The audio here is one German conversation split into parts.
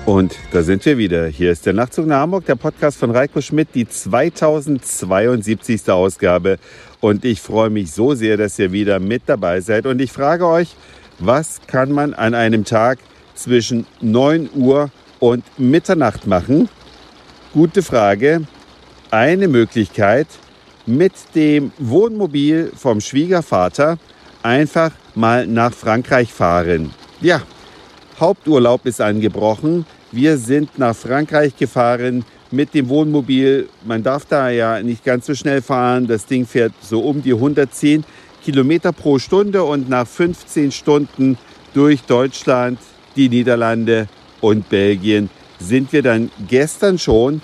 Und da sind wir wieder. Hier ist der Nachtzug nach Hamburg, der Podcast von Reiko Schmidt, die 2072. Ausgabe. Und ich freue mich so sehr, dass ihr wieder mit dabei seid. Und ich frage euch, was kann man an einem Tag zwischen 9 Uhr und Mitternacht machen? Gute Frage. Eine Möglichkeit, mit dem Wohnmobil vom Schwiegervater einfach mal nach Frankreich fahren. Ja, Haupturlaub ist angebrochen. Wir sind nach Frankreich gefahren mit dem Wohnmobil. Man darf da ja nicht ganz so schnell fahren. Das Ding fährt so um die 110 Kilometer pro Stunde und nach 15 Stunden durch Deutschland, die Niederlande und Belgien sind wir dann gestern schon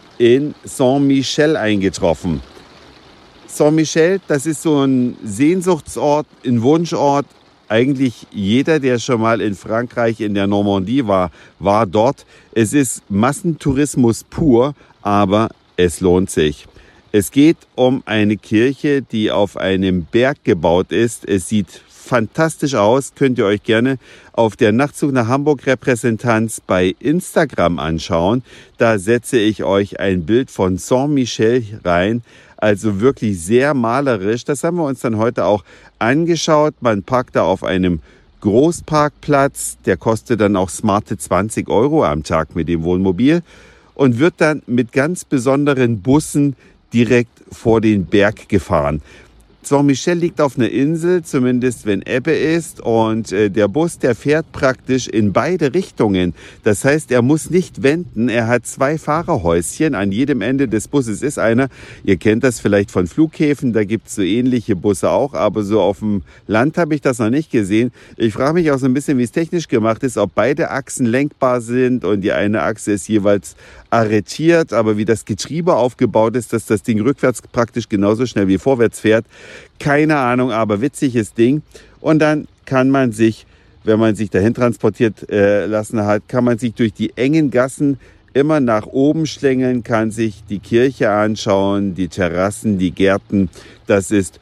in Saint-Michel eingetroffen. Saint-Michel, das ist so ein Sehnsuchtsort, ein Wunschort. Eigentlich jeder, der schon mal in Frankreich, in der Normandie war dort. Es ist Massentourismus pur, aber es lohnt sich. Es geht um eine Kirche, die auf einem Berg gebaut ist. Es sieht fantastisch aus. Könnt ihr euch gerne auf der Nachtzug nach Hamburg Repräsentanz bei Instagram anschauen. Da setze ich euch ein Bild von Saint-Michel rein. Also wirklich sehr malerisch. Das haben wir uns dann heute auch angeschaut. Man parkt da auf einem Großparkplatz. Der kostet dann auch smarte 20 € am Tag mit dem Wohnmobil und wird dann mit ganz besonderen Bussen direkt vor den Berg gefahren. Saint-Michel liegt auf einer Insel, zumindest wenn Ebbe ist, und der Bus, der fährt praktisch in beide Richtungen. Das heißt, er muss nicht wenden, er hat 2 Fahrerhäuschen, an jedem Ende des Busses ist einer. Ihr kennt das vielleicht von Flughäfen, da gibt es so ähnliche Busse auch, aber so auf dem Land habe ich das noch nicht gesehen. Ich frage mich auch so ein bisschen, wie es technisch gemacht ist, ob beide Achsen lenkbar sind und die eine Achse ist jeweils arretiert, aber wie das Getriebe aufgebaut ist, dass das Ding rückwärts praktisch genauso schnell wie vorwärts fährt. Keine Ahnung, aber witziges Ding. Und dann kann man sich, wenn man sich dahin transportiert lassen hat, kann man sich durch die engen Gassen immer nach oben schlängeln, kann sich die Kirche anschauen, die Terrassen, die Gärten. Das ist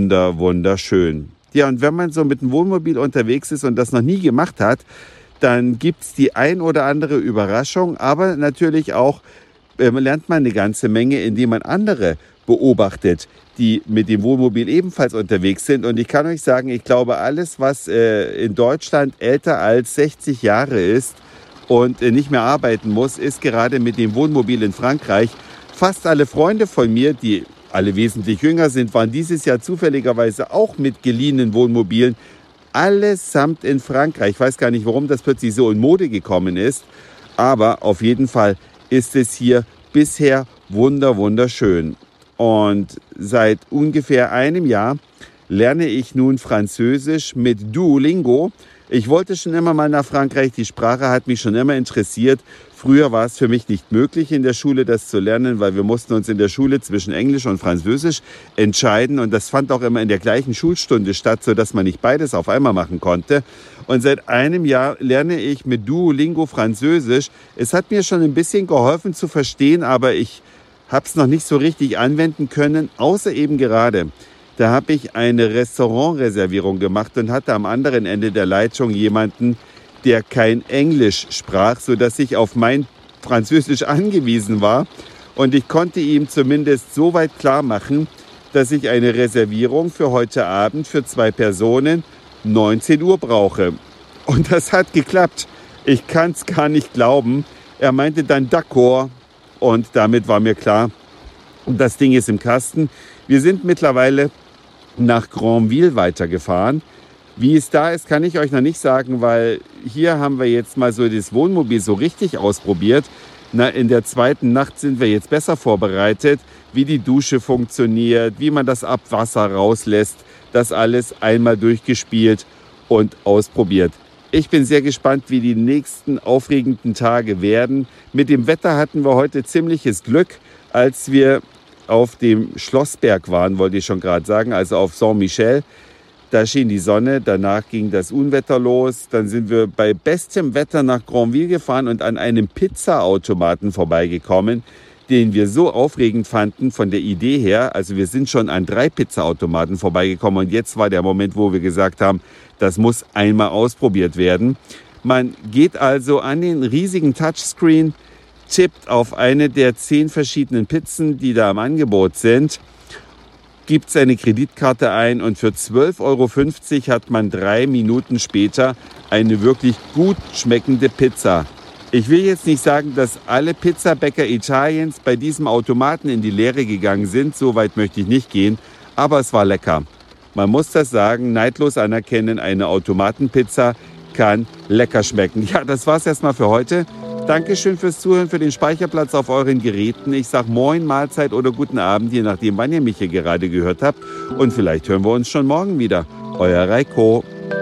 wunderschön. Ja, und wenn man so mit dem Wohnmobil unterwegs ist und das noch nie gemacht hat, dann gibt's die ein oder andere Überraschung, aber natürlich auch lernt man eine ganze Menge, indem man andere beobachtet, die mit dem Wohnmobil ebenfalls unterwegs sind. Und ich kann euch sagen, ich glaube, alles, was in Deutschland älter als 60 Jahre ist und nicht mehr arbeiten muss, ist gerade mit dem Wohnmobil in Frankreich. Fast alle Freunde von mir, die alle wesentlich jünger sind, waren dieses Jahr zufälligerweise auch mit geliehenen Wohnmobilen allesamt in Frankreich. Ich weiß gar nicht, warum das plötzlich so in Mode gekommen ist, aber auf jeden Fall ist es hier bisher wunderschön. Und seit ungefähr einem Jahr lerne ich nun Französisch mit Duolingo. Ich wollte schon immer mal nach Frankreich, die Sprache hat mich schon immer interessiert. Früher war es für mich nicht möglich, in der Schule das zu lernen, weil wir mussten uns in der Schule zwischen Englisch und Französisch entscheiden. Und das fand auch immer in der gleichen Schulstunde statt, sodass man nicht beides auf einmal machen konnte. Und seit einem Jahr lerne ich mit Duolingo Französisch. Es hat mir schon ein bisschen geholfen zu verstehen, aber ich habe es noch nicht so richtig anwenden können, außer eben gerade. Da habe ich eine Restaurantreservierung gemacht und hatte am anderen Ende der Leitung jemanden, der kein Englisch sprach, sodass ich auf mein Französisch angewiesen war. Und ich konnte ihm zumindest so weit klar machen, dass ich eine Reservierung für heute Abend für 2 Personen 19 Uhr brauche. Und das hat geklappt. Ich kann es gar nicht glauben. Er meinte dann d'accord und damit war mir klar, das Ding ist im Kasten. Wir sind mittlerweile nach Granville weitergefahren. Wie es da ist, kann ich euch noch nicht sagen, weil hier haben wir jetzt mal so das Wohnmobil so richtig ausprobiert. In der zweiten Nacht sind wir jetzt besser vorbereitet, wie die Dusche funktioniert, wie man das Abwasser rauslässt. Das alles einmal durchgespielt und ausprobiert. Ich bin sehr gespannt, wie die nächsten aufregenden Tage werden. Mit dem Wetter hatten wir heute ziemliches Glück, als wir auf dem Schlossberg waren, wollte ich schon gerade sagen, also auf Saint-Michel. Da schien die Sonne, danach ging das Unwetter los. Dann sind wir bei bestem Wetter nach Granville gefahren und an einem Pizzaautomaten vorbeigekommen, den wir so aufregend fanden von der Idee her. Also wir sind schon an 3 Pizzaautomaten vorbeigekommen und jetzt war der Moment, wo wir gesagt haben, das muss einmal ausprobiert werden. Man geht also an den riesigen Touchscreen, tippt auf eine der 10 verschiedenen Pizzen, die da im Angebot sind, gibt seine Kreditkarte ein und für 12,50 € hat man 3 Minuten später eine wirklich gut schmeckende Pizza. Ich will jetzt nicht sagen, dass alle Pizzabäcker Italiens bei diesem Automaten in die Lehre gegangen sind, so weit möchte ich nicht gehen, aber es war lecker. Man muss das sagen, neidlos anerkennen, eine Automatenpizza kann lecker schmecken. Ja, das war's erstmal für heute. Dankeschön fürs Zuhören, für den Speicherplatz auf euren Geräten. Ich sag Moin, Mahlzeit oder guten Abend, je nachdem, wann ihr mich hier gerade gehört habt. Und vielleicht hören wir uns schon morgen wieder. Euer Reiko.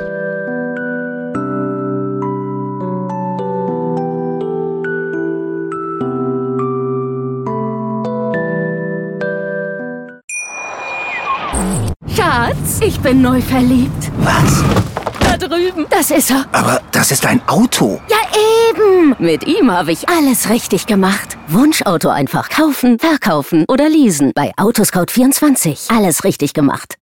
Schatz, ich bin neu verliebt. Was? Da drüben. Das ist er. Aber das ist ein Auto. Ja, eben. Mit ihm habe ich alles richtig gemacht. Wunschauto einfach kaufen, verkaufen oder leasen. Bei Autoscout24. Alles richtig gemacht.